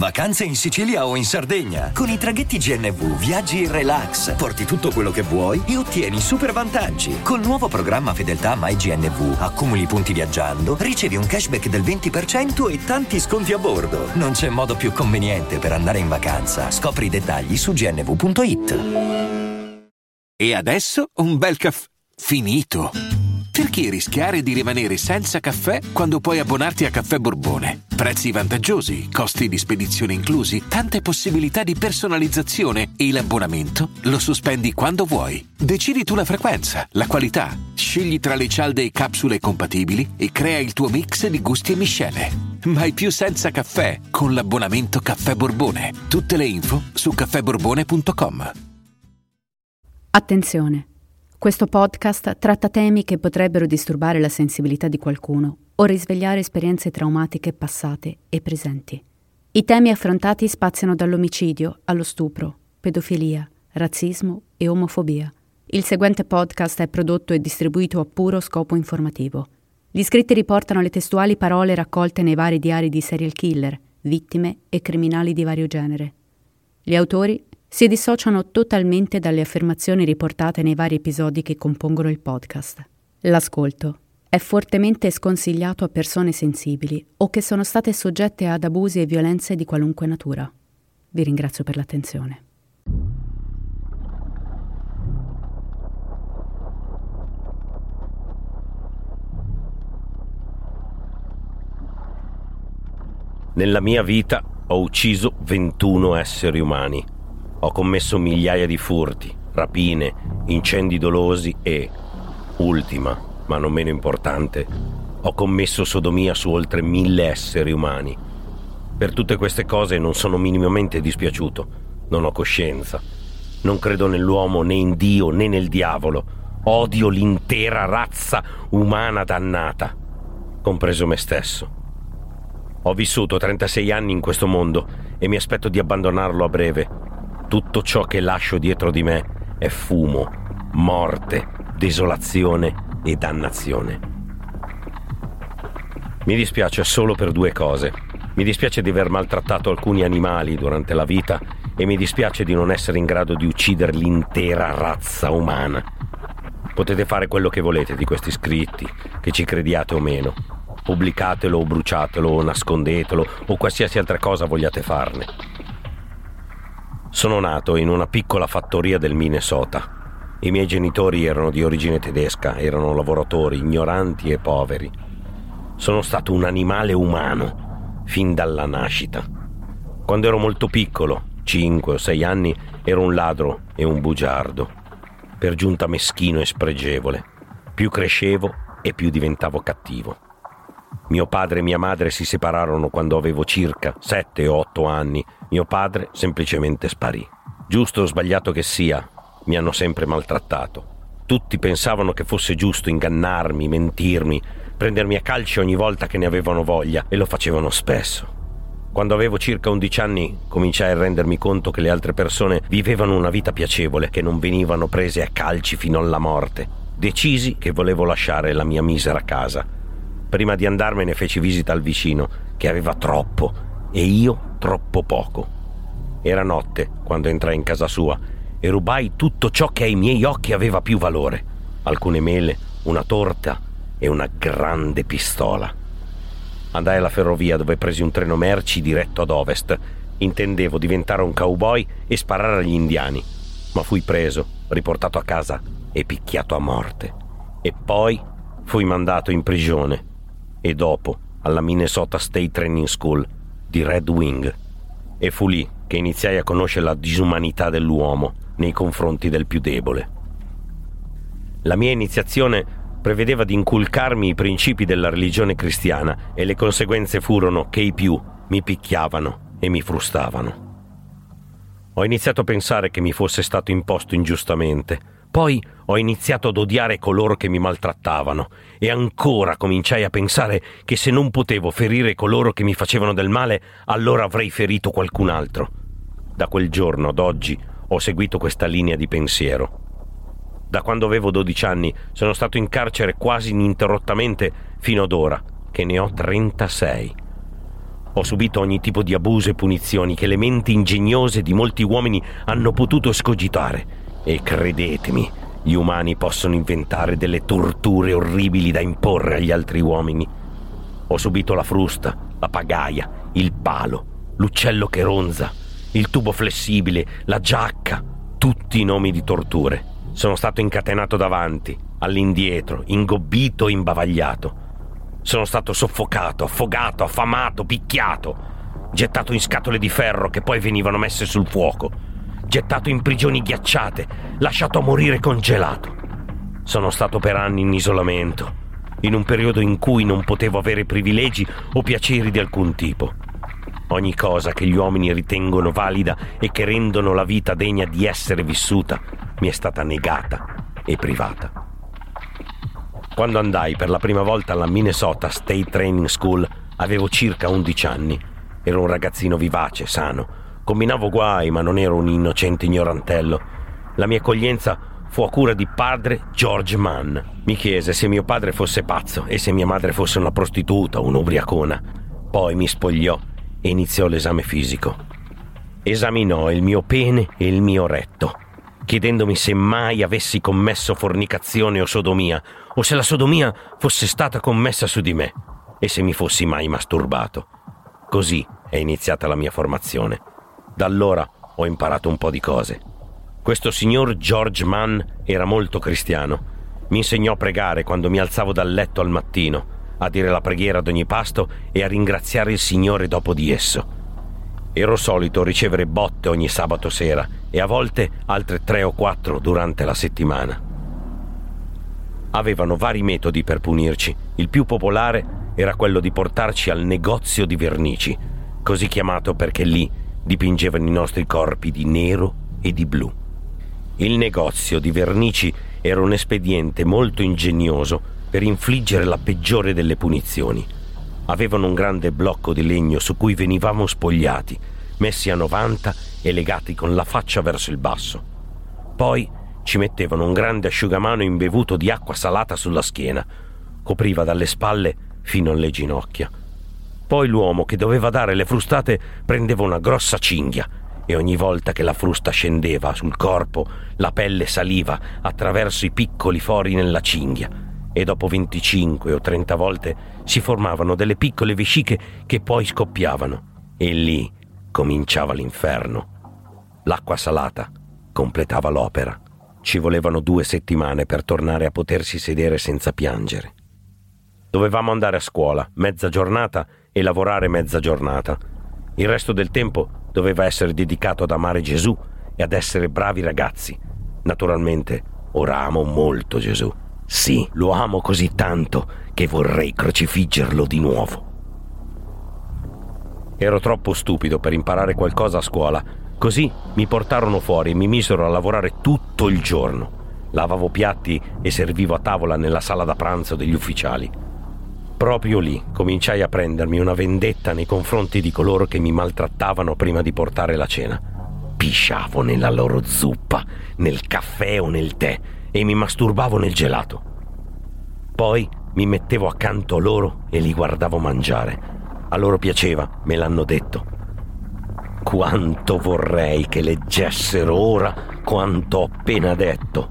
Vacanze in Sicilia o in Sardegna. Con i traghetti GNV viaggi in relax, porti tutto quello che vuoi e ottieni super vantaggi. Col nuovo programma Fedeltà MyGNV accumuli punti viaggiando, ricevi un cashback del 20% e tanti sconti a bordo. Non c'è modo più conveniente per andare in vacanza. Scopri i dettagli su gnv.it. E adesso un bel caffè finito. Perché rischiare di rimanere senza caffè quando puoi abbonarti a Caffè Borbone? Prezzi vantaggiosi, costi di spedizione inclusi, tante possibilità di personalizzazione e l'abbonamento lo sospendi quando vuoi. Decidi tu la frequenza, la qualità, scegli tra le cialde e capsule compatibili e crea il tuo mix di gusti e miscele. Mai più senza caffè con l'abbonamento Caffè Borbone. Tutte le info su caffèborbone.com. Attenzione! Questo podcast tratta temi che potrebbero disturbare la sensibilità di qualcuno o risvegliare esperienze traumatiche passate e presenti. I temi affrontati spaziano dall'omicidio allo stupro, pedofilia, razzismo e omofobia. Il seguente podcast è prodotto e distribuito a puro scopo informativo. Gli scritti riportano le testuali parole raccolte nei vari diari di serial killer, vittime e criminali di vario genere. Gli autori si dissociano totalmente dalle affermazioni riportate nei vari episodi che compongono il podcast. L'ascolto è fortemente sconsigliato a persone sensibili o che sono state soggette ad abusi e violenze di qualunque natura. Vi ringrazio per l'attenzione. Nella mia vita ho ucciso 21 esseri umani. Ho commesso migliaia di furti, rapine, incendi dolosi e, ultima, ma non meno importante, ho commesso sodomia su oltre 1000 esseri umani. Per tutte queste cose non sono minimamente dispiaciuto, non ho coscienza. Non credo nell'uomo, né in Dio, né nel diavolo. Odio l'intera razza umana dannata, compreso me stesso. Ho vissuto 36 anni in questo mondo e mi aspetto di abbandonarlo a breve. Tutto ciò che lascio dietro di me è fumo, morte, desolazione e dannazione. Mi dispiace solo per due cose. Mi dispiace di aver maltrattato alcuni animali durante la vita e mi dispiace di non essere in grado di uccidere l'intera razza umana. Potete fare quello che volete di questi scritti, che ci crediate o meno. Pubblicatelo o bruciatelo o nascondetelo o qualsiasi altra cosa vogliate farne. Sono nato in una piccola fattoria del Minnesota. I miei genitori erano di origine tedesca, erano lavoratori, ignoranti e poveri. Sono stato un animale umano fin dalla nascita. Quando ero molto piccolo, 5 o 6 anni, ero un ladro e un bugiardo, per giunta meschino e spregevole. Più crescevo e più diventavo cattivo. Mio padre e mia madre si separarono quando avevo circa 7 o 8 anni. Mio padre semplicemente sparì. Giusto o sbagliato che sia, mi hanno sempre maltrattato. Tutti pensavano che fosse giusto ingannarmi, mentirmi, prendermi a calci ogni volta che ne avevano voglia, e lo facevano spesso. Quando avevo circa 11 anni cominciai a rendermi conto che le altre persone vivevano una vita piacevole, che non venivano prese a calci fino alla morte. Decisi che volevo lasciare la mia misera casa. Prima di andarmene feci visita al vicino, che aveva troppo, e io troppo poco. Era notte quando entrai in casa sua e rubai tutto ciò che ai miei occhi aveva più valore: alcune mele, una torta e una grande pistola. Andai alla ferrovia, dove presi un treno merci diretto ad ovest. Intendevo diventare un cowboy e sparare agli indiani, ma fui preso, riportato a casa e picchiato a morte. E poi fui mandato in prigione e dopo alla Minnesota State Training School di Red Wing. E fu lì che iniziai a conoscere la disumanità dell'uomo nei confronti del più debole. La mia iniziazione prevedeva di inculcarmi i principi della religione cristiana e le conseguenze furono che i più mi picchiavano e mi frustavano. Ho iniziato a pensare che mi fosse stato imposto ingiustamente. Poi ho iniziato ad odiare coloro che mi maltrattavano e ancora cominciai a pensare che se non potevo ferire coloro che mi facevano del male, allora avrei ferito qualcun altro. Da quel giorno ad oggi ho seguito questa linea di pensiero. Da quando avevo 12 anni sono stato in carcere quasi ininterrottamente fino ad ora, che ne ho 36. Ho subito ogni tipo di abuso e punizioni che le menti ingegnose di molti uomini hanno potuto escogitare. E credetemi, gli umani possono inventare delle torture orribili da imporre agli altri uomini. Ho subito la frusta, la pagaia, il palo, l'uccello che ronza, il tubo flessibile, la giacca, tutti i nomi di torture. Sono stato incatenato davanti, all'indietro, ingobbito e imbavagliato. Sono stato soffocato, affogato, affamato, picchiato, gettato in scatole di ferro che poi venivano messe sul fuoco, gettato in prigioni ghiacciate, lasciato a morire congelato. Sono stato per anni in isolamento, in un periodo in cui non potevo avere privilegi o piaceri di alcun tipo. Ogni cosa che gli uomini ritengono valida e che rendono la vita degna di essere vissuta mi è stata negata e privata. Quando andai per la prima volta alla Minnesota State Training School avevo circa 11 anni. Ero un ragazzino vivace, sano. Combinavo guai, ma non ero un innocente ignorantello. La mia accoglienza fu a cura di padre George Mann. Mi chiese se mio padre fosse pazzo e se mia madre fosse una prostituta o un'ubriacona. Poi mi spogliò e iniziò l'esame fisico. Esaminò il mio pene e il mio retto, chiedendomi se mai avessi commesso fornicazione o sodomia, o se la sodomia fosse stata commessa su di me, e se mi fossi mai masturbato. Così è iniziata la mia formazione. Da allora ho imparato un po' di cose. Questo signor George Mann era molto cristiano. Mi insegnò a pregare quando mi alzavo dal letto al mattino, a dire la preghiera ad ogni pasto e a ringraziare il Signore dopo di esso. Ero solito ricevere botte ogni sabato sera e a volte altre 3 o 4 durante la settimana. Avevano vari metodi per punirci. Il più popolare era quello di portarci al negozio di vernici, così chiamato perché lì dipingevano i nostri corpi di nero e di blu. Il negozio di vernici era un espediente molto ingegnoso per infliggere la peggiore delle punizioni. Avevano un grande blocco di legno su cui venivamo spogliati, messi a 90 e legati con la faccia verso il basso. Poi ci mettevano un grande asciugamano imbevuto di acqua salata sulla schiena, copriva dalle spalle fino alle ginocchia. Poi l'uomo che doveva dare le frustate prendeva una grossa cinghia e ogni volta che la frusta scendeva sul corpo, la pelle saliva attraverso i piccoli fori nella cinghia e dopo 25 o 30 volte si formavano delle piccole vesciche che poi scoppiavano e lì cominciava l'inferno. L'acqua salata completava l'opera. Ci volevano 2 settimane per tornare a potersi sedere senza piangere. Dovevamo andare a scuola mezza giornata e lavorare mezza giornata. Il resto del tempo doveva essere dedicato ad amare Gesù e ad essere bravi ragazzi. Naturalmente, ora amo molto Gesù. Sì, lo amo così tanto che vorrei crocifiggerlo di nuovo. Ero troppo stupido per imparare qualcosa a scuola, così mi portarono fuori e mi misero a lavorare tutto il giorno. Lavavo piatti e servivo a tavola nella sala da pranzo degli ufficiali. Proprio lì cominciai a prendermi una vendetta nei confronti di coloro che mi maltrattavano prima di portare la cena. Pisciavo nella loro zuppa, nel caffè o nel tè e mi masturbavo nel gelato. Poi mi mettevo accanto a loro e li guardavo mangiare. A loro piaceva, me l'hanno detto. Quanto vorrei che leggessero ora quanto ho appena detto.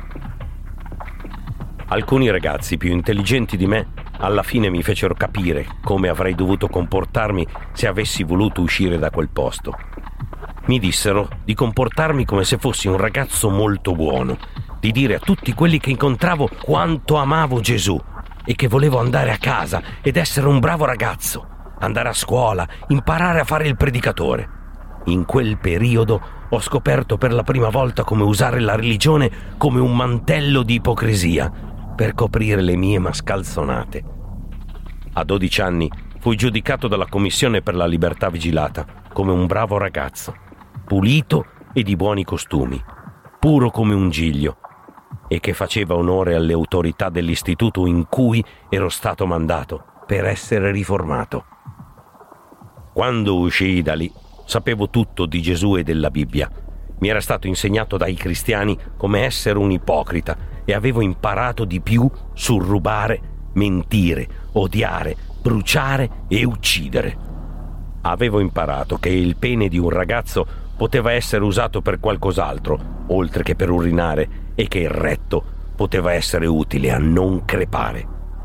Alcuni ragazzi più intelligenti di me alla fine mi fecero capire come avrei dovuto comportarmi se avessi voluto uscire da quel posto. Mi dissero di comportarmi come se fossi un ragazzo molto buono, di dire a tutti quelli che incontravo quanto amavo Gesù e che volevo andare a casa ed essere un bravo ragazzo, andare a scuola, imparare a fare il predicatore. In quel periodo ho scoperto per la prima volta come usare la religione come un mantello di ipocrisia per coprire le mie mascalzonate. A 12 anni fui giudicato dalla Commissione per la Libertà Vigilata come un bravo ragazzo, pulito e di buoni costumi, puro come un giglio, e che faceva onore alle autorità dell'istituto in cui ero stato mandato per essere riformato. Quando uscii da lì, sapevo tutto di Gesù e della Bibbia. Mi era stato insegnato dai cristiani come essere un ipocrita e avevo imparato di più sul rubare, mentire, odiare, bruciare e uccidere. avevo imparato che il pene di un ragazzo poteva essere usato per qualcos'altro, oltre che per urinare, e che il retto poteva essere utile a non crepare.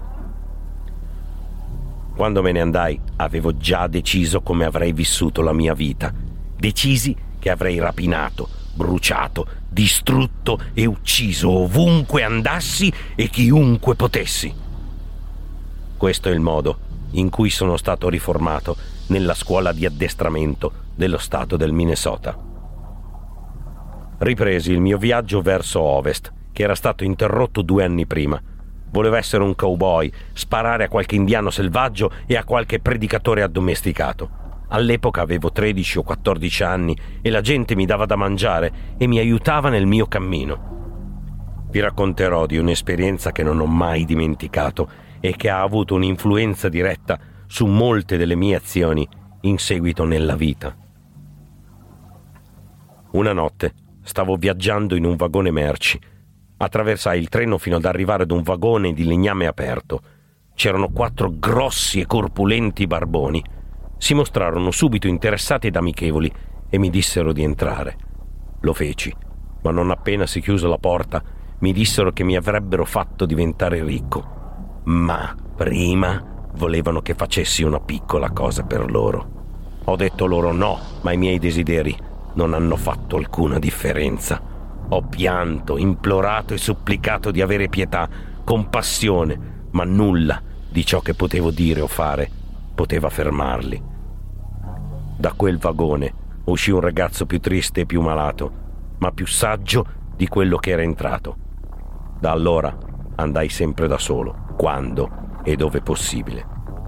Quando me ne andai, avevo già deciso come avrei vissuto la mia vita. Decisi che avrei rapinato, bruciato, distrutto e ucciso ovunque andassi e chiunque potessi. Questo è il modo in cui sono stato riformato nella scuola di addestramento dello stato del Minnesota. Ripresi il mio viaggio verso ovest, che era stato interrotto 2 anni prima. Volevo essere un cowboy, sparare a qualche indiano selvaggio e a qualche predicatore addomesticato. All'epoca avevo 13 o 14 anni e la gente mi dava da mangiare e mi aiutava nel mio cammino. Vi racconterò di un'esperienza che non ho mai dimenticato e che ha avuto un'influenza diretta su molte delle mie azioni in seguito nella vita. Una notte stavo viaggiando in un vagone merci. Attraversai il treno fino ad arrivare ad un vagone di legname aperto. C'erano 4 grossi e corpulenti barboni. Si mostrarono subito interessati ed amichevoli e mi dissero di entrare. Lo feci, ma non appena si chiuse la porta mi dissero che mi avrebbero fatto diventare ricco. Ma prima volevano che facessi una piccola cosa per loro. Ho detto loro no, ma i miei desideri non hanno fatto alcuna differenza. Ho pianto, implorato e supplicato di avere pietà, compassione, ma nulla di ciò che potevo dire o fare poteva fermarli. Da quel vagone uscì un ragazzo più triste e più malato, ma più saggio di quello che era entrato. Da allora andai sempre da solo, quando e dove possibile.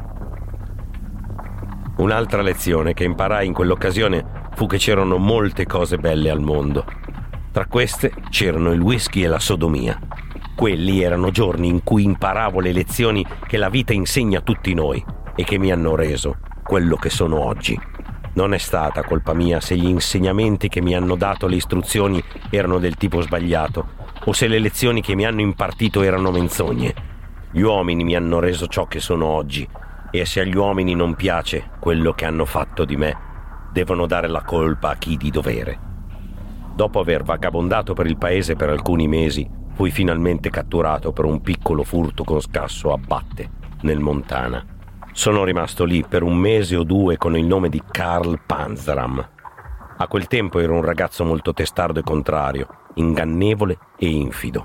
Un'altra lezione che imparai in quell'occasione fu che c'erano molte cose belle al mondo. Tra queste c'erano il whisky e la sodomia. Quelli erano giorni in cui imparavo le lezioni che la vita insegna a tutti noi e che mi hanno reso quello che sono oggi. Non è stata colpa mia se gli insegnamenti che mi hanno dato le istruzioni erano del tipo sbagliato o se le lezioni che mi hanno impartito erano menzogne. Gli uomini mi hanno reso ciò che sono oggi e se agli uomini non piace quello che hanno fatto di me, devono dare la colpa a chi di dovere. Dopo aver vagabondato per il paese per alcuni mesi, fui finalmente catturato per un piccolo furto con scasso a Batte, nel Montana. Sono rimasto lì per 1 mese o 2 con il nome di Carl Panzram. A quel tempo ero un ragazzo molto testardo e contrario, ingannevole e infido.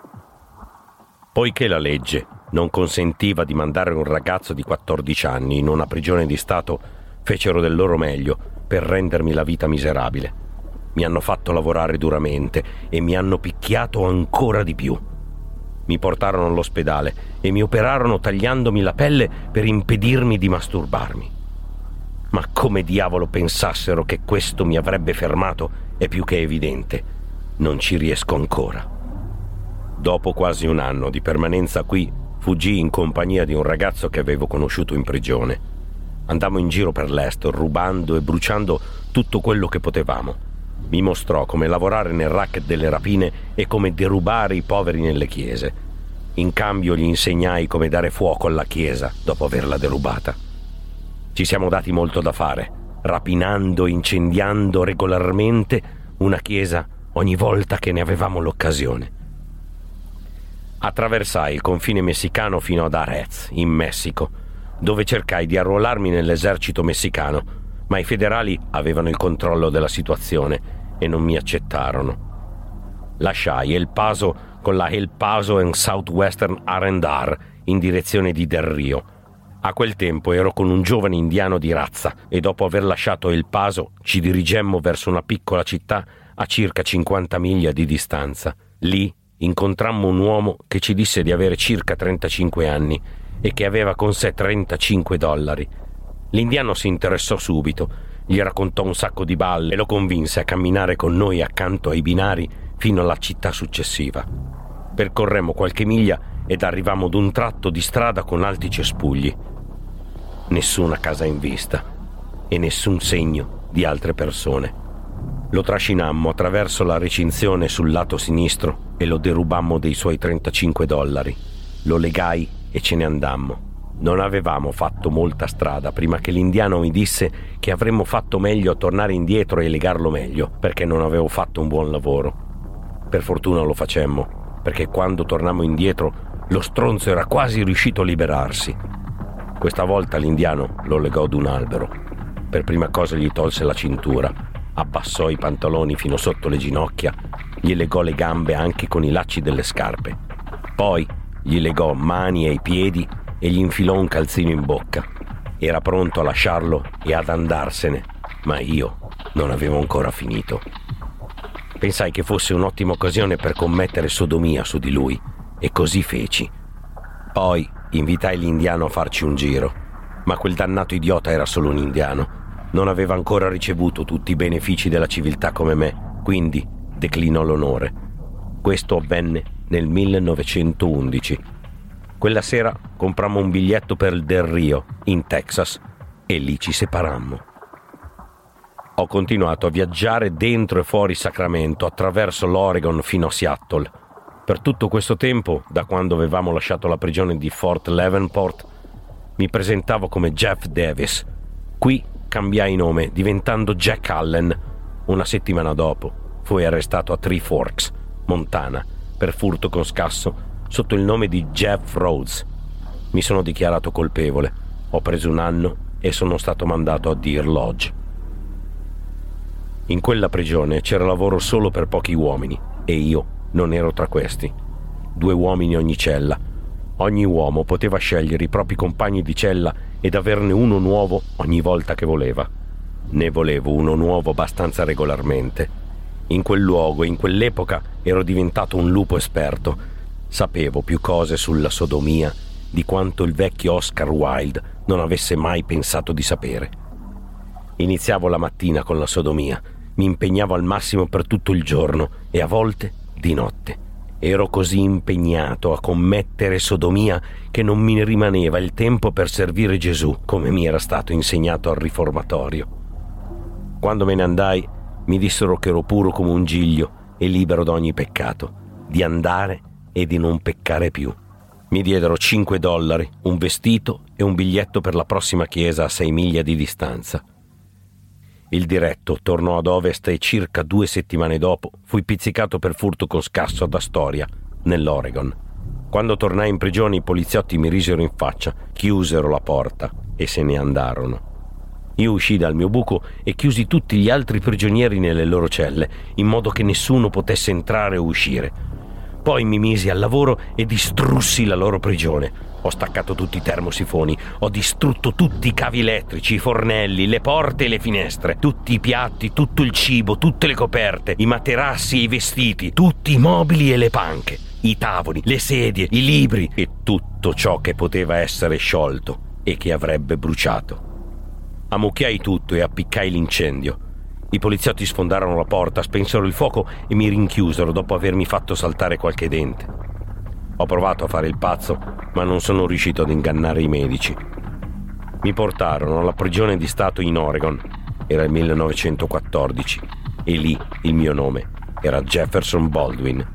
Poiché la legge non consentiva di mandare un ragazzo di 14 anni in una prigione di Stato, fecero del loro meglio per rendermi la vita miserabile. Mi hanno fatto lavorare duramente e mi hanno picchiato ancora di più. Mi portarono all'ospedale e mi operarono tagliandomi la pelle per impedirmi di masturbarmi. Ma come diavolo pensassero che questo mi avrebbe fermato è più che evidente. Non ci riesco ancora. Dopo quasi 1 anno di permanenza qui, fuggii in compagnia di un ragazzo che avevo conosciuto in prigione. Andammo in giro per l'est, rubando e bruciando tutto quello che potevamo. Mi mostrò come lavorare nel racket delle rapine e come derubare i poveri nelle chiese. In cambio gli insegnai come dare fuoco alla chiesa dopo averla derubata. Ci siamo dati molto da fare, rapinando e incendiando regolarmente una chiesa ogni volta che ne avevamo l'occasione. Attraversai il confine messicano fino ad Arez, in Messico, dove cercai di arruolarmi nell'esercito messicano, ma i federali avevano il controllo della situazione e non mi accettarono. Lasciai El Paso con la El Paso and Southwestern R&R in direzione di Del Rio. A quel tempo ero con un giovane indiano di razza e dopo aver lasciato El Paso ci dirigemmo verso una piccola città a circa 50 miglia di distanza. Lì incontrammo un uomo che ci disse di avere circa 35 anni e che aveva con sé $35. L'indiano si interessò subito, gli raccontò un sacco di balle e lo convinse a camminare con noi accanto ai binari fino alla città successiva. Percorremmo qualche miglia ed arrivammo ad un tratto di strada con alti cespugli. Nessuna casa in vista e nessun segno di altre persone. Lo trascinammo attraverso la recinzione sul lato sinistro e lo derubammo dei suoi $35. Lo legai e ce ne andammo. Non avevamo fatto molta strada prima che l'indiano mi disse che avremmo fatto meglio a tornare indietro e legarlo meglio, perché non avevo fatto un buon lavoro. Per fortuna lo facemmo, perché quando tornammo indietro lo stronzo era quasi riuscito a liberarsi. Questa volta l'indiano lo legò ad un albero. Per prima cosa gli tolse la cintura, abbassò i pantaloni fino sotto le ginocchia, gli legò le gambe anche con i lacci delle scarpe. Poi gli legò mani e i piedi e gli infilò un calzino in bocca. Era pronto a lasciarlo e ad andarsene, ma io non avevo ancora finito. Pensai che fosse un'ottima occasione per commettere sodomia su di lui, e così feci. Poi invitai l'indiano a farci un giro, ma quel dannato idiota era solo un indiano. Non aveva ancora ricevuto tutti i benefici della civiltà come me, quindi declinò l'onore. Questo avvenne nel 1911. Quella sera comprammo un biglietto per il Del Rio, in Texas, e lì ci separammo. Ho continuato a viaggiare dentro e fuori Sacramento, attraverso l'Oregon fino a Seattle. Per tutto questo tempo, da quando avevamo lasciato la prigione di Fort Leavenworth, mi presentavo come Jeff Davis. Qui cambiai nome, diventando Jack Allen. Una settimana dopo fui arrestato a Three Forks, Montana, per furto con scasso sotto il nome di Jeff Rhodes. Mi sono dichiarato colpevole, ho preso un anno e sono stato mandato a Deer Lodge. In quella prigione c'era lavoro solo per pochi uomini e io non ero tra questi. 2 uomini ogni cella. Ogni uomo poteva scegliere i propri compagni di cella ed averne uno nuovo ogni volta che voleva. Ne volevo uno nuovo abbastanza regolarmente. In quel luogo, in quell'epoca, ero diventato un lupo esperto. Sapevo più cose sulla sodomia di quanto il vecchio Oscar Wilde non avesse mai pensato di sapere. Iniziavo la mattina con la sodomia, mi impegnavo al massimo per tutto il giorno e a volte di notte. Ero così impegnato a commettere sodomia che non mi rimaneva il tempo per servire Gesù, come mi era stato insegnato al riformatorio. Quando me ne andai, mi dissero che ero puro come un giglio e libero da ogni peccato, di andare e di non peccare più. Mi diedero $5, un vestito e un biglietto per la prossima chiesa a 6 miglia di distanza. Il diretto tornò ad ovest e circa 2 settimane dopo fui pizzicato per furto con scasso ad Astoria, nell'Oregon. Quando tornai in prigione i poliziotti mi risero in faccia, chiusero la porta e se ne andarono. Io uscii dal mio buco e chiusi tutti gli altri prigionieri nelle loro celle, in modo che nessuno potesse entrare o uscire. Poi mi misi al lavoro e distrussi la loro prigione. Ho staccato tutti i termosifoni, ho distrutto tutti i cavi elettrici, i fornelli, le porte e le finestre, tutti i piatti, tutto il cibo, tutte le coperte, i materassi e i vestiti, tutti i mobili e le panche, i tavoli, le sedie, i libri e tutto ciò che poteva essere sciolto e che avrebbe bruciato. Ammucchiai tutto e appiccai l'incendio. I poliziotti sfondarono la porta, spensero il fuoco e mi rinchiusero dopo avermi fatto saltare qualche dente. Ho provato a fare il pazzo, ma non sono riuscito ad ingannare i medici. Mi portarono alla prigione di Stato in Oregon. Era il 1914 e lì il mio nome era Jefferson Baldwin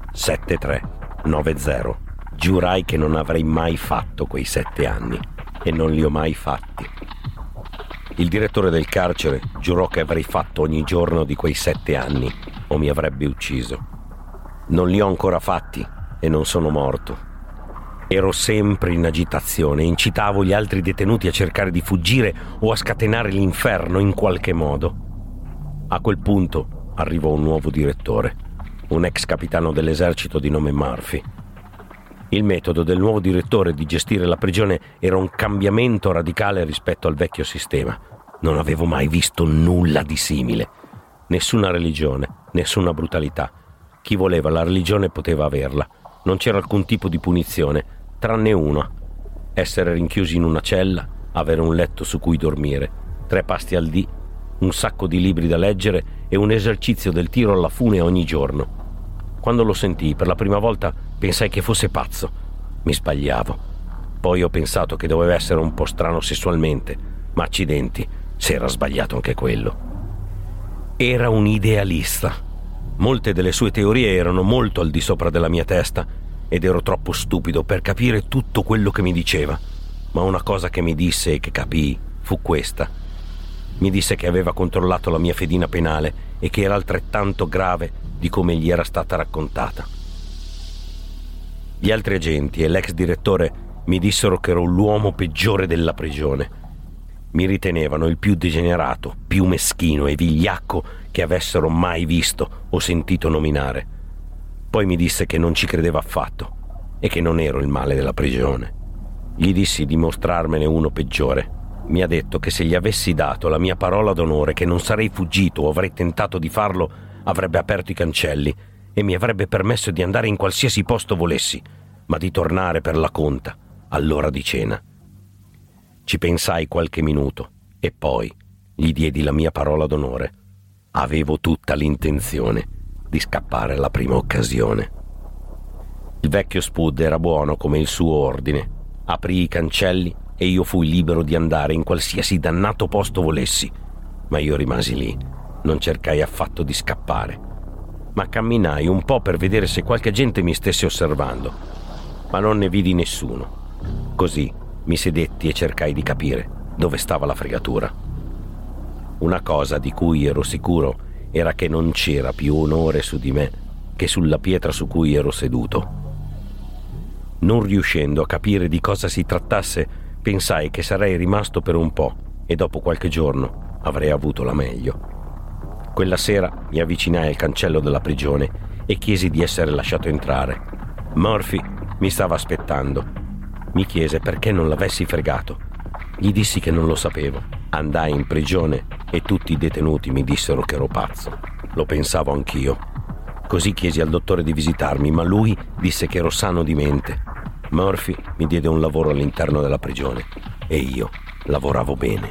7390. Giurai che non avrei mai fatto quei 7 anni e non li ho mai fatti. Il direttore del carcere giurò che avrei fatto ogni giorno di quei 7 anni o mi avrebbe ucciso. Non li ho ancora fatti e non sono morto. Ero sempre in agitazione e incitavo gli altri detenuti a cercare di fuggire o a scatenare l'inferno in qualche modo. A quel punto arrivò un nuovo direttore, un ex capitano dell'esercito di nome Murphy. Il metodo del nuovo direttore di gestire la prigione era un cambiamento radicale rispetto al vecchio sistema. Non avevo mai visto nulla di simile. Nessuna religione, nessuna brutalità. Chi voleva la religione poteva averla. Non c'era alcun tipo di punizione, tranne una: essere rinchiusi in una cella, avere un letto su cui dormire, 3 pasti al dì, un sacco di libri da leggere e un esercizio del tiro alla fune ogni giorno. Quando lo sentii per la prima volta pensai che fosse pazzo. Mi sbagliavo. Poi ho pensato che doveva essere un po' strano sessualmente, ma accidenti, se era sbagliato anche quello. Era un idealista. Molte delle sue teorie erano molto al di sopra della mia testa ed ero troppo stupido per capire tutto quello che mi diceva. ma una cosa che mi disse e che capii fu questa. Mi disse che aveva controllato la mia fedina penale e che era altrettanto grave di come gli era stata raccontata. Gli altri agenti e l'ex direttore mi dissero che ero l'uomo peggiore della prigione. Mi ritenevano il più degenerato, più meschino e vigliacco che avessero mai visto o sentito nominare. Poi mi disse che non ci credeva affatto e che non ero il male della prigione. Gli dissi di mostrarmene uno peggiore. Mi ha detto che se gli avessi dato la mia parola d'onore che non sarei fuggito o avrei tentato di farlo, avrebbe aperto i cancelli e mi avrebbe permesso di andare in qualsiasi posto volessi, ma di tornare per la conta all'ora di cena. Ci pensai qualche minuto e poi gli diedi la mia parola d'onore. Avevo tutta l'intenzione di scappare alla prima occasione. Il vecchio Spud era buono come il suo ordine. Aprì i cancelli e io fui libero di andare in qualsiasi dannato posto volessi, ma io rimasi lì, non cercai affatto di scappare, ma camminai un po' per vedere se qualche gente mi stesse osservando, ma non ne vidi nessuno. Così mi sedetti e cercai di capire dove stava la fregatura. Una cosa di cui ero sicuro era che non c'era più onore su di me che sulla pietra su cui ero seduto. Non riuscendo a capire di cosa si trattasse, pensai che sarei rimasto per un po' e dopo qualche giorno avrei avuto la meglio. Quella sera mi avvicinai al cancello della prigione e chiesi di essere lasciato entrare. Murphy mi stava aspettando. Mi chiese perché non l'avessi fregato. Gli dissi che non lo sapevo. Andai in prigione e tutti i detenuti mi dissero che ero pazzo. Lo pensavo anch'io. Così chiesi al dottore di visitarmi, ma lui disse che ero sano di mente. Murphy mi diede un lavoro all'interno della prigione e io lavoravo bene.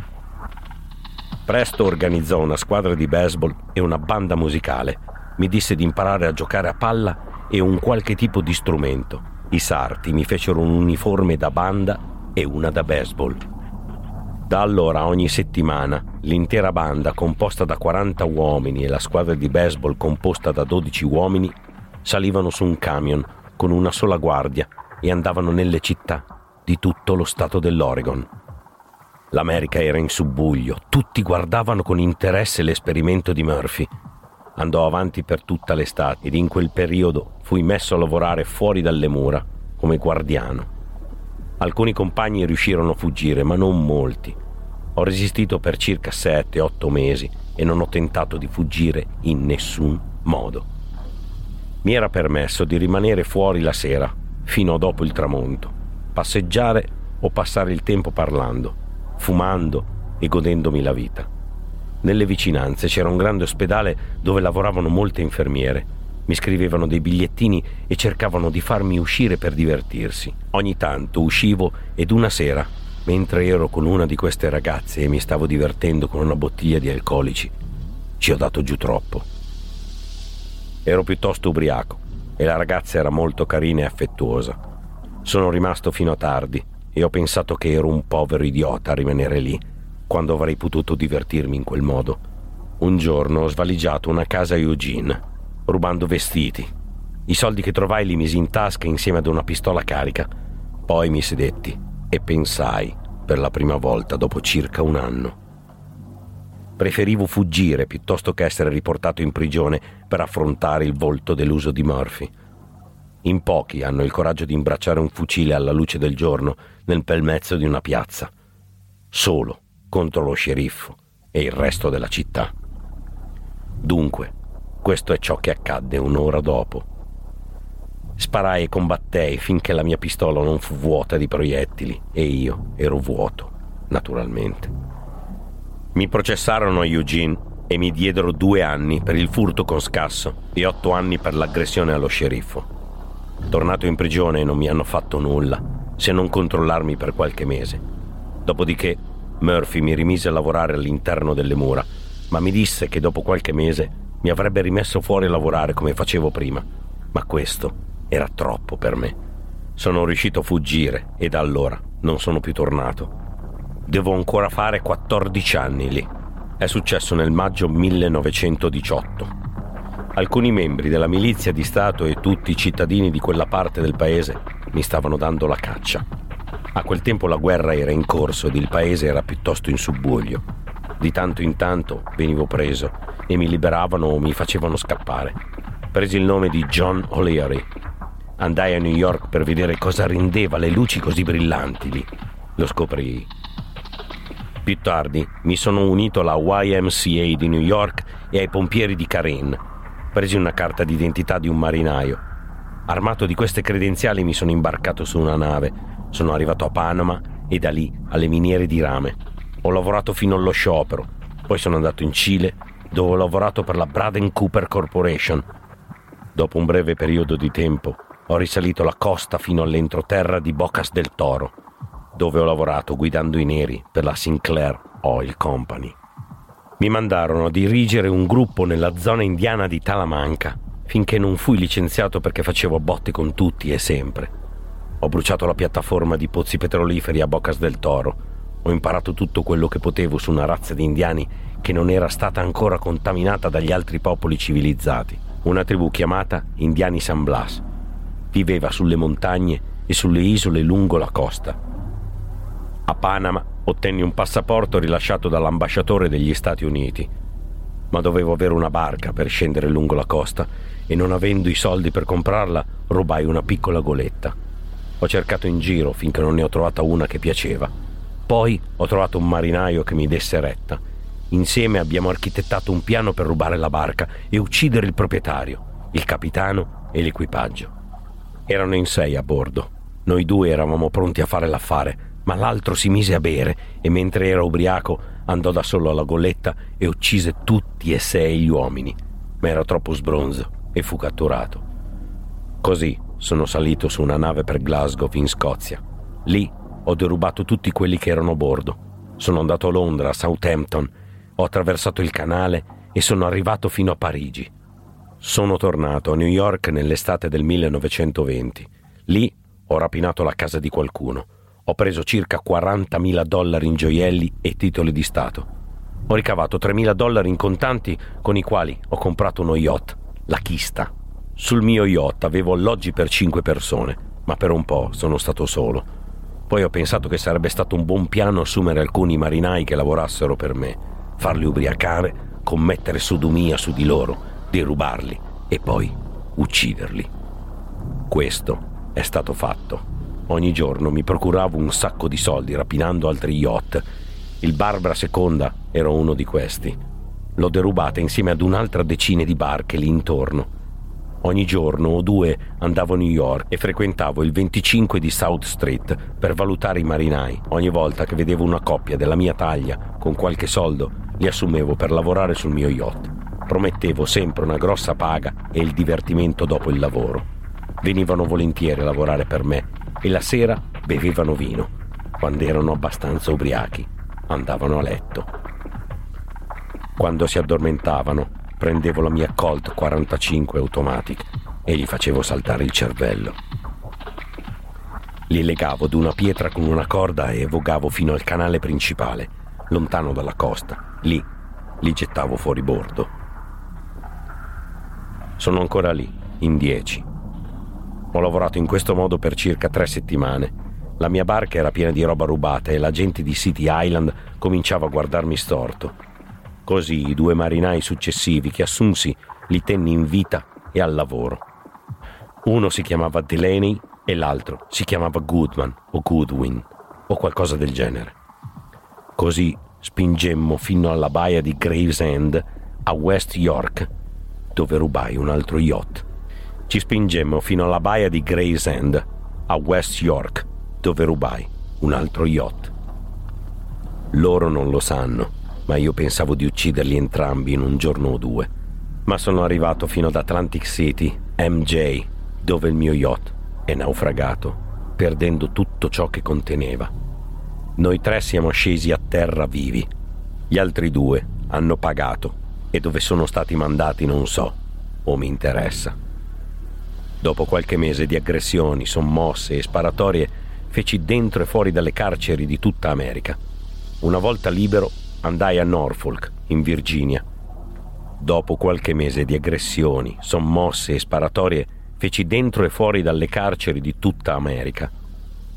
Presto organizzò una squadra di baseball e una banda musicale. Mi disse di imparare a giocare a palla e un qualche tipo di strumento. I sarti mi fecero un uniforme da banda e una da baseball. Da allora ogni settimana l'intera banda, composta da 40 uomini, e la squadra di baseball, composta da 12 uomini, salivano su un camion con una sola guardia e andavano nelle città di tutto lo stato dell'Oregon. L'America era in subbuglio, tutti guardavano con interesse l'esperimento di Murphy. Andò avanti per tutta l'estate ed in quel periodo fui messo a lavorare fuori dalle mura come guardiano. Alcuni compagni riuscirono a fuggire, ma non molti. Ho resistito per circa 7-8 mesi e non ho tentato di fuggire in nessun modo. Mi era permesso di rimanere fuori la sera fino a dopo il tramonto, passeggiare o passare il tempo parlando, fumando e godendomi la vita. Nelle vicinanze c'era un grande ospedale dove lavoravano molte infermiere. Mi scrivevano dei bigliettini e cercavano di farmi uscire per divertirsi. Ogni tanto uscivo ed una sera, mentre ero con una di queste ragazze e mi stavo divertendo con una bottiglia di alcolici, ci ho dato giù troppo. Ero piuttosto ubriaco e la ragazza era molto carina e affettuosa. Sono rimasto fino a tardi e ho pensato che ero un povero idiota a rimanere lì, quando avrei potuto divertirmi in quel modo. Un giorno ho svaligiato una casa a Eugene, rubando vestiti. I soldi che trovai li misi in tasca insieme ad una pistola carica. Poi mi sedetti e pensai, per la prima volta dopo circa un anno. Preferivo fuggire piuttosto che essere riportato in prigione per affrontare il volto deluso di Murphy. In pochi hanno il coraggio di imbracciare un fucile alla luce del giorno nel bel mezzo di una piazza, solo contro lo sceriffo e il resto della città. Dunque, questo è ciò che accadde un'ora dopo. Sparai e combattei finché la mia pistola non fu vuota di proiettili e io ero vuoto, naturalmente. Mi processarono a Eugene e mi diedero 2 anni per il furto con scasso e 8 anni per l'aggressione allo sceriffo. Tornato in prigione non mi hanno fatto nulla, se non controllarmi per qualche mese. Dopodiché Murphy mi rimise a lavorare all'interno delle mura, ma mi disse che dopo qualche mese mi avrebbe rimesso fuori a lavorare come facevo prima. Ma questo era troppo per me. Sono riuscito a fuggire e da allora non sono più tornato. Devo ancora fare 14 anni lì. È successo nel maggio 1918. Alcuni membri della milizia di Stato e tutti i cittadini di quella parte del paese mi stavano dando la caccia. A quel tempo la guerra era in corso ed il paese era piuttosto in subbuglio. Di tanto in tanto venivo preso e mi liberavano o mi facevano scappare. Presi il nome di John O'Leary. Andai a New York per vedere cosa rendeva le luci così brillanti lì. Lo scoprii. Più tardi mi sono unito alla YMCA di New York e ai pompieri di Karen. Presi una carta d'identità di un marinaio. Armato di queste credenziali mi sono imbarcato su una nave. Sono arrivato a Panama e da lì alle miniere di rame. Ho lavorato fino allo sciopero. Poi sono andato in Cile, dove ho lavorato per la Braden Cooper Corporation. Dopo un breve periodo di tempo ho risalito la costa fino all'entroterra di Bocas del Toro, dove ho lavorato guidando i neri per la Sinclair Oil Company. Mi mandarono a dirigere un gruppo nella zona indiana di Talamanca, finché non fui licenziato perché facevo botte con tutti e sempre. Ho bruciato la piattaforma di pozzi petroliferi a Bocas del Toro. Ho imparato tutto quello che potevo su una razza di indiani che non era stata ancora contaminata dagli altri popoli civilizzati. Una tribù chiamata Indiani San Blas. Viveva sulle montagne e sulle isole lungo la costa. A Panama ottenni un passaporto rilasciato dall'ambasciatore degli Stati Uniti, ma dovevo avere una barca per scendere lungo la costa e non avendo i soldi per comprarla rubai una piccola goletta. Ho cercato in giro finché non ne ho trovata una che piaceva. Poi ho trovato un marinaio che mi desse retta. Insieme abbiamo architettato un piano per rubare la barca e uccidere il proprietario, il capitano e l'equipaggio. Erano in 6 a bordo. Noi 2 eravamo pronti a fare l'affare, ma l'altro si mise a bere e mentre era ubriaco andò da solo alla golletta e uccise tutti e 6 gli uomini. Ma era troppo sbronzo e fu catturato. Così sono salito su una nave per Glasgow in Scozia. Lì ho derubato tutti quelli che erano a bordo. Sono andato a Londra, a Southampton, ho attraversato il canale e sono arrivato fino a Parigi. Sono tornato a New York nell'estate del 1920. Lì ho rapinato la casa di qualcuno. Ho preso circa $40.000 in gioielli e titoli di Stato. Ho ricavato $3.000 in contanti con i quali ho comprato uno yacht, la Chista. Sul mio yacht avevo alloggi per 5 persone, ma per un po' sono stato solo. Poi ho pensato che sarebbe stato un buon piano assumere alcuni marinai che lavorassero per me, farli ubriacare, commettere sodomia su di loro, derubarli e poi ucciderli. Questo è stato fatto. Ogni giorno mi procuravo un sacco di soldi rapinando altri yacht. Il Barbara II era uno di questi. L'ho derubata insieme ad un'altra decina di barche lì intorno. Ogni giorno o 2 andavo a New York e frequentavo il 25 di South Street per valutare i marinai. Ogni volta che vedevo una coppia della mia taglia con qualche soldo, li assumevo per lavorare sul mio yacht. Promettevo sempre una grossa paga e il divertimento dopo il lavoro. Venivano volentieri a lavorare per me e la sera bevevano vino. Quando erano abbastanza ubriachi, andavano a letto. Quando si addormentavano, prendevo la mia Colt 45 automatic e gli facevo saltare il cervello. Li legavo ad una pietra con una corda e vogavo fino al canale principale, lontano dalla costa. Lì li gettavo fuori bordo. Sono ancora lì, in 10. Ho lavorato in questo modo per circa 3 settimane. La mia barca era piena di roba rubata e la gente di City Island cominciava a guardarmi storto. Così i 2 marinai successivi che assunsi li tenni in vita e al lavoro. Uno si chiamava Delaney e l'altro si chiamava Goodman o Goodwin o qualcosa del genere. Così spingemmo fino alla baia di Gravesend a West York, dove rubai un altro yacht. Ci spingemmo fino alla baia di Gravesend a West York, dove rubai un altro yacht. Loro non lo sanno, ma io pensavo di ucciderli entrambi in un giorno o 2. Ma sono arrivato fino ad Atlantic City, MJ, dove il mio yacht è naufragato, perdendo tutto ciò che conteneva. Noi 3 siamo scesi a terra vivi. Gli altri 2 hanno pagato e dove sono stati mandati non so, o mi interessa. Dopo qualche mese di aggressioni, sommosse e sparatorie, feci dentro e fuori dalle carceri di tutta America. Una volta libero, andai a Norfolk, in Virginia. Dopo qualche mese di aggressioni, sommosse e sparatorie, feci dentro e fuori dalle carceri di tutta America.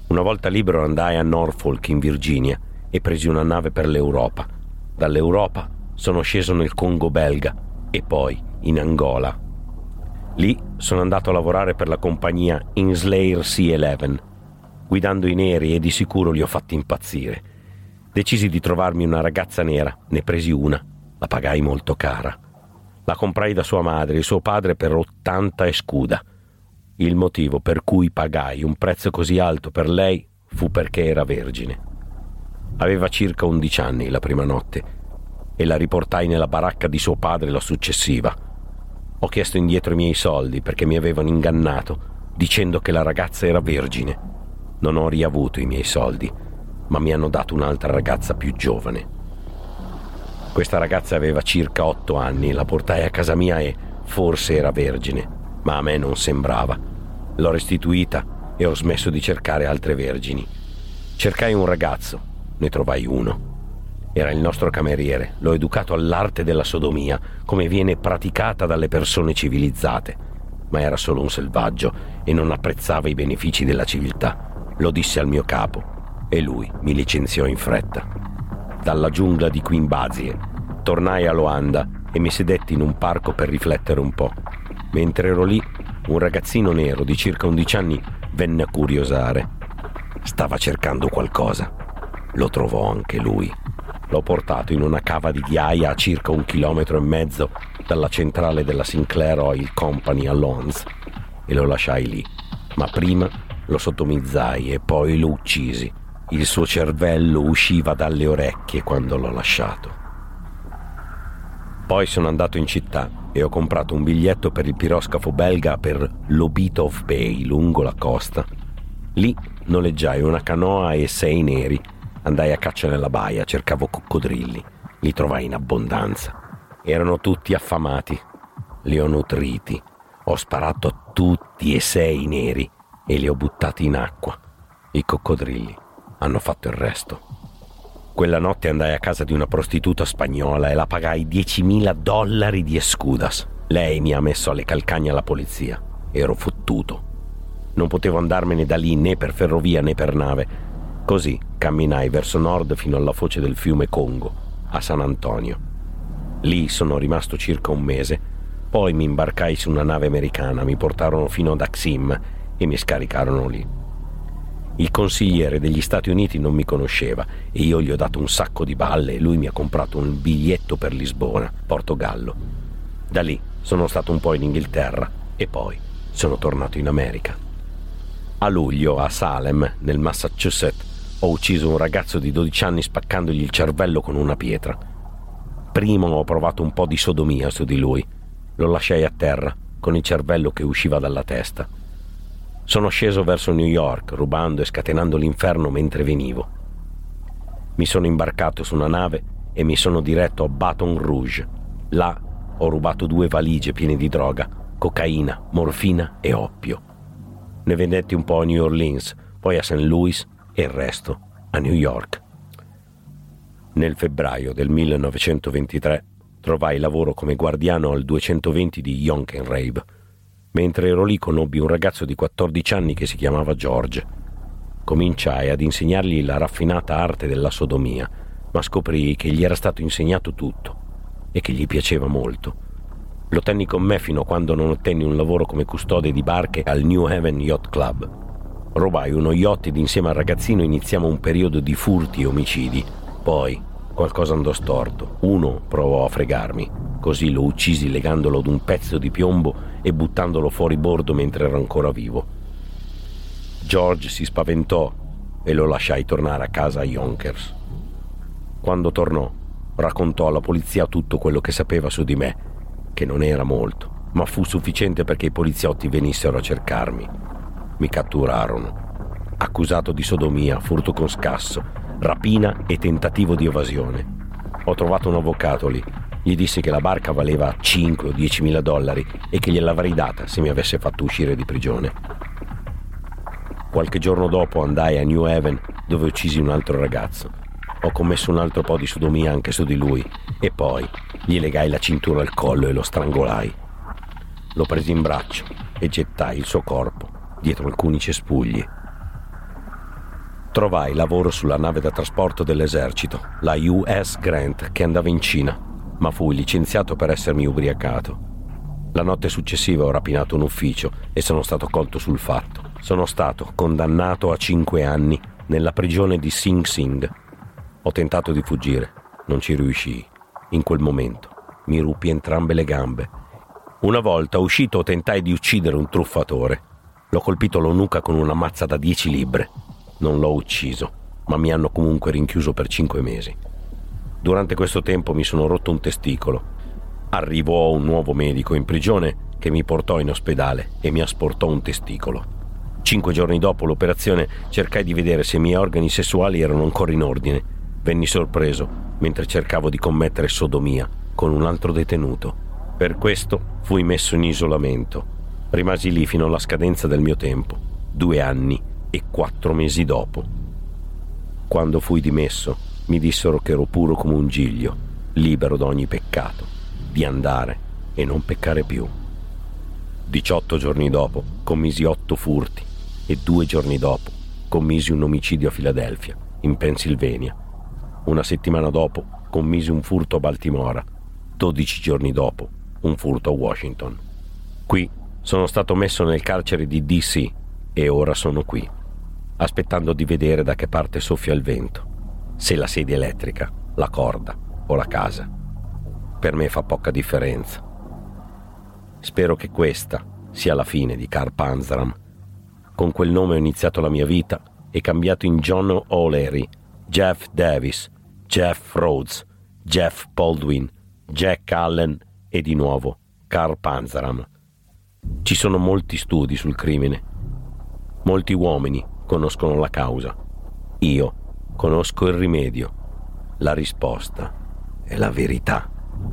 Una volta libero andai a Norfolk in Virginia e presi una nave per l'Europa. Dall'Europa sono sceso nel Congo belga e poi in Angola. Lì sono andato a lavorare per la compagnia Inslayer C11. Guidando i neri e di sicuro li ho fatti impazzire. Decisi di trovarmi una ragazza nera, ne presi una, la pagai molto cara. La comprai da sua madre e suo padre per 80 escuda. Il motivo per cui pagai un prezzo così alto per lei fu perché era vergine. Aveva circa 11 anni la prima notte e la riportai nella baracca di suo padre la successiva. Ho chiesto indietro i miei soldi perché mi avevano ingannato dicendo che la ragazza era vergine. Non ho riavuto i miei soldi, ma mi hanno dato un'altra ragazza più giovane. Questa ragazza aveva circa 8 anni, la portai a casa mia e forse era vergine, ma a me non sembrava. L'ho restituita e ho smesso di cercare altre vergini. Cercai un ragazzo, ne trovai uno. Era il nostro cameriere, l'ho educato all'arte della sodomia, come viene praticata dalle persone civilizzate, ma era solo un selvaggio e non apprezzava i benefici della civiltà. Lo disse al mio capo e lui mi licenziò in fretta. Dalla giungla di Quimbazie tornai a Loanda e mi sedetti in un parco per riflettere un po'. Mentre ero lì, un ragazzino nero di circa 11 anni venne a curiosare. Stava cercando qualcosa. Lo trovò anche lui. L'ho portato in una cava di ghiaia a circa 1,5 chilometri dalla centrale della Sinclair Oil Company a Lons e lo lasciai lì. Ma prima lo sodomizzai e poi lo uccisi. Il suo cervello usciva dalle orecchie quando l'ho lasciato. Poi sono andato in città e ho comprato un biglietto per il piroscafo belga per Lobito Bay, lungo la costa. Lì noleggiai una canoa e 6 neri. Andai a caccia nella baia, cercavo coccodrilli. Li trovai in abbondanza. Erano tutti affamati. Li ho nutriti. Ho sparato a tutti e 6 i neri e li ho buttati in acqua. I coccodrilli hanno fatto il resto. Quella notte andai a casa di una prostituta spagnola e la pagai $10.000 di escudas. Lei mi ha messo alle calcagna alla polizia. Ero fottuto. Non potevo andarmene da lì né per ferrovia né per nave. Così camminai verso nord fino alla foce del fiume Congo, a San Antonio. Lì sono rimasto circa 1 mese. Poi mi imbarcai su una nave americana, mi portarono fino ad Axim e mi scaricarono lì. Il consigliere degli Stati Uniti non mi conosceva e io gli ho dato un sacco di balle e lui mi ha comprato un biglietto per Lisbona, Portogallo. Da lì sono stato un po' in Inghilterra e poi sono tornato in America. A luglio, a Salem, nel Massachusetts, ho ucciso un ragazzo di 12 anni spaccandogli il cervello con una pietra. Prima ho provato un po' di sodomia su di lui. Lo lasciai a terra, con il cervello che usciva dalla testa. Sono sceso verso New York, rubando e scatenando l'inferno mentre venivo. Mi sono imbarcato su una nave e mi sono diretto a Baton Rouge. Là ho rubato 2 valigie piene di droga, cocaina, morfina e oppio. Ne vendetti un po' a New Orleans, poi a St. Louis e il resto a New York. Nel febbraio del 1923 trovai lavoro come guardiano al 220 di Jonkenrabe. Mentre ero lì conobbi un ragazzo di 14 anni che si chiamava George. Cominciai ad insegnargli la raffinata arte della sodomia, ma scoprii che gli era stato insegnato tutto e che gli piaceva molto. Lo tenni con me fino a quando non ottenni un lavoro come custode di barche al New Haven Yacht Club. Rubai uno yacht ed insieme al ragazzino iniziamo un periodo di furti e omicidi. Poi qualcosa andò storto. Uno provò a fregarmi, così lo uccisi legandolo ad un pezzo di piombo e buttandolo fuori bordo mentre era ancora vivo. George si spaventò e lo lasciai tornare a casa a Yonkers. Quando tornò, raccontò alla polizia tutto quello che sapeva su di me, che non era molto, ma fu sufficiente perché i poliziotti venissero a cercarmi. Mi catturarono, accusato di sodomia, furto con scasso, rapina e tentativo di evasione. Ho trovato un avvocato lì. Gli dissi che la barca valeva $5 o $10.000 e che gliel'avrei data se mi avesse fatto uscire di prigione. Qualche giorno dopo andai a New Haven, dove uccisi un altro ragazzo. Ho commesso un altro po' di sodomia anche su di lui e poi gli legai la cintura al collo e lo strangolai. Lo presi in braccio e gettai il suo corpo dietro alcuni cespugli. Trovai lavoro sulla nave da trasporto dell'esercito, la US Grant, che andava in Cina, ma fui licenziato per essermi ubriacato. La notte successiva ho rapinato un ufficio e sono stato colto sul fatto. Sono stato condannato a 5 anni nella prigione di Sing Sing. Ho tentato di fuggire, non ci riuscii. In quel momento mi ruppi entrambe le gambe. Una volta uscito tentai di uccidere un truffatore. L'ho colpito alla nuca con una mazza da 10 libbre. Non l'ho ucciso, ma mi hanno comunque rinchiuso per 5 mesi. Durante questo tempo mi sono rotto un testicolo. Arrivò un nuovo medico in prigione che mi portò in ospedale e mi asportò un testicolo. 5 giorni dopo l'operazione cercai di vedere se i miei organi sessuali erano ancora in ordine. Venni sorpreso mentre cercavo di commettere sodomia con un altro detenuto. Per questo fui messo in isolamento. Rimasi lì fino alla scadenza del mio tempo, 2 anni e 4 mesi dopo. Quando fui dimesso, mi dissero che ero puro come un giglio, libero da ogni peccato, di andare e non peccare più. 18 giorni dopo commisi 8 furti e 2 giorni dopo commisi un omicidio a Filadelfia, in Pennsylvania. Una settimana dopo commisi un furto a Baltimora. 12 giorni dopo un furto a Washington. Qui sono stato messo nel carcere di DC e ora sono qui, aspettando di vedere da che parte soffia il vento, se la sedia elettrica, la corda o la casa. Per me fa poca differenza. Spero che questa sia la fine di Karl Panzram. Con quel nome ho iniziato la mia vita e cambiato in John O'Leary, Jeff Davis, Jeff Rhodes, Jeff Baldwin, Jack Allen e di nuovo Karl Panzram. Ci sono molti studi sul crimine. Molti uomini conoscono la causa. Io conosco il rimedio. La risposta è la verità.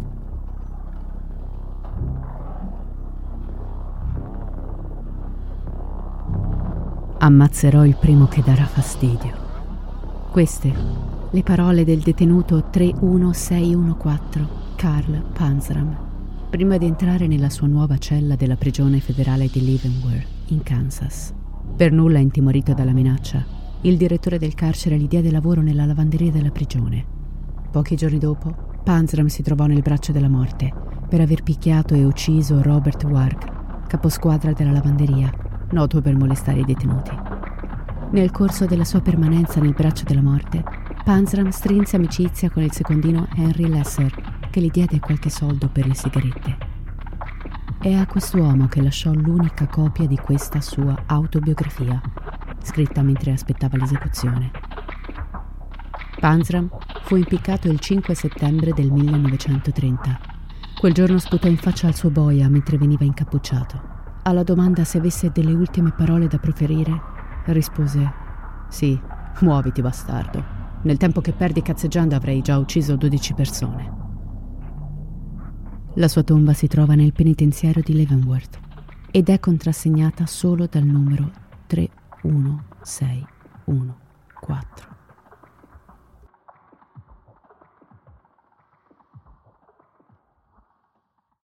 Ammazzerò il primo che darà fastidio. Queste le parole del detenuto 31614 Karl Panzram prima di entrare nella sua nuova cella della prigione federale di Leavenworth, in Kansas. Per nulla intimorito dalla minaccia, il direttore del carcere gli diede lavoro nella lavanderia della prigione. Pochi giorni dopo, Panzram si trovò nel braccio della morte per aver picchiato e ucciso Robert Wark, caposquadra della lavanderia, noto per molestare i detenuti. Nel corso della sua permanenza nel braccio della morte, Panzram strinse amicizia con il secondino Henry Lesser, che gli diede qualche soldo per le sigarette. È a quest'uomo che lasciò l'unica copia di questa sua autobiografia, scritta mentre aspettava l'esecuzione. Panzram fu impiccato il 5 settembre del 1930. Quel giorno sputò in faccia al suo boia mentre veniva incappucciato. Alla domanda se avesse delle ultime parole da proferire, rispose: «Sì, muoviti, bastardo. Nel tempo che perdi cazzeggiando avrei già ucciso 12 persone». La sua tomba si trova nel penitenziario di Leavenworth ed è contrassegnata solo dal numero 31614.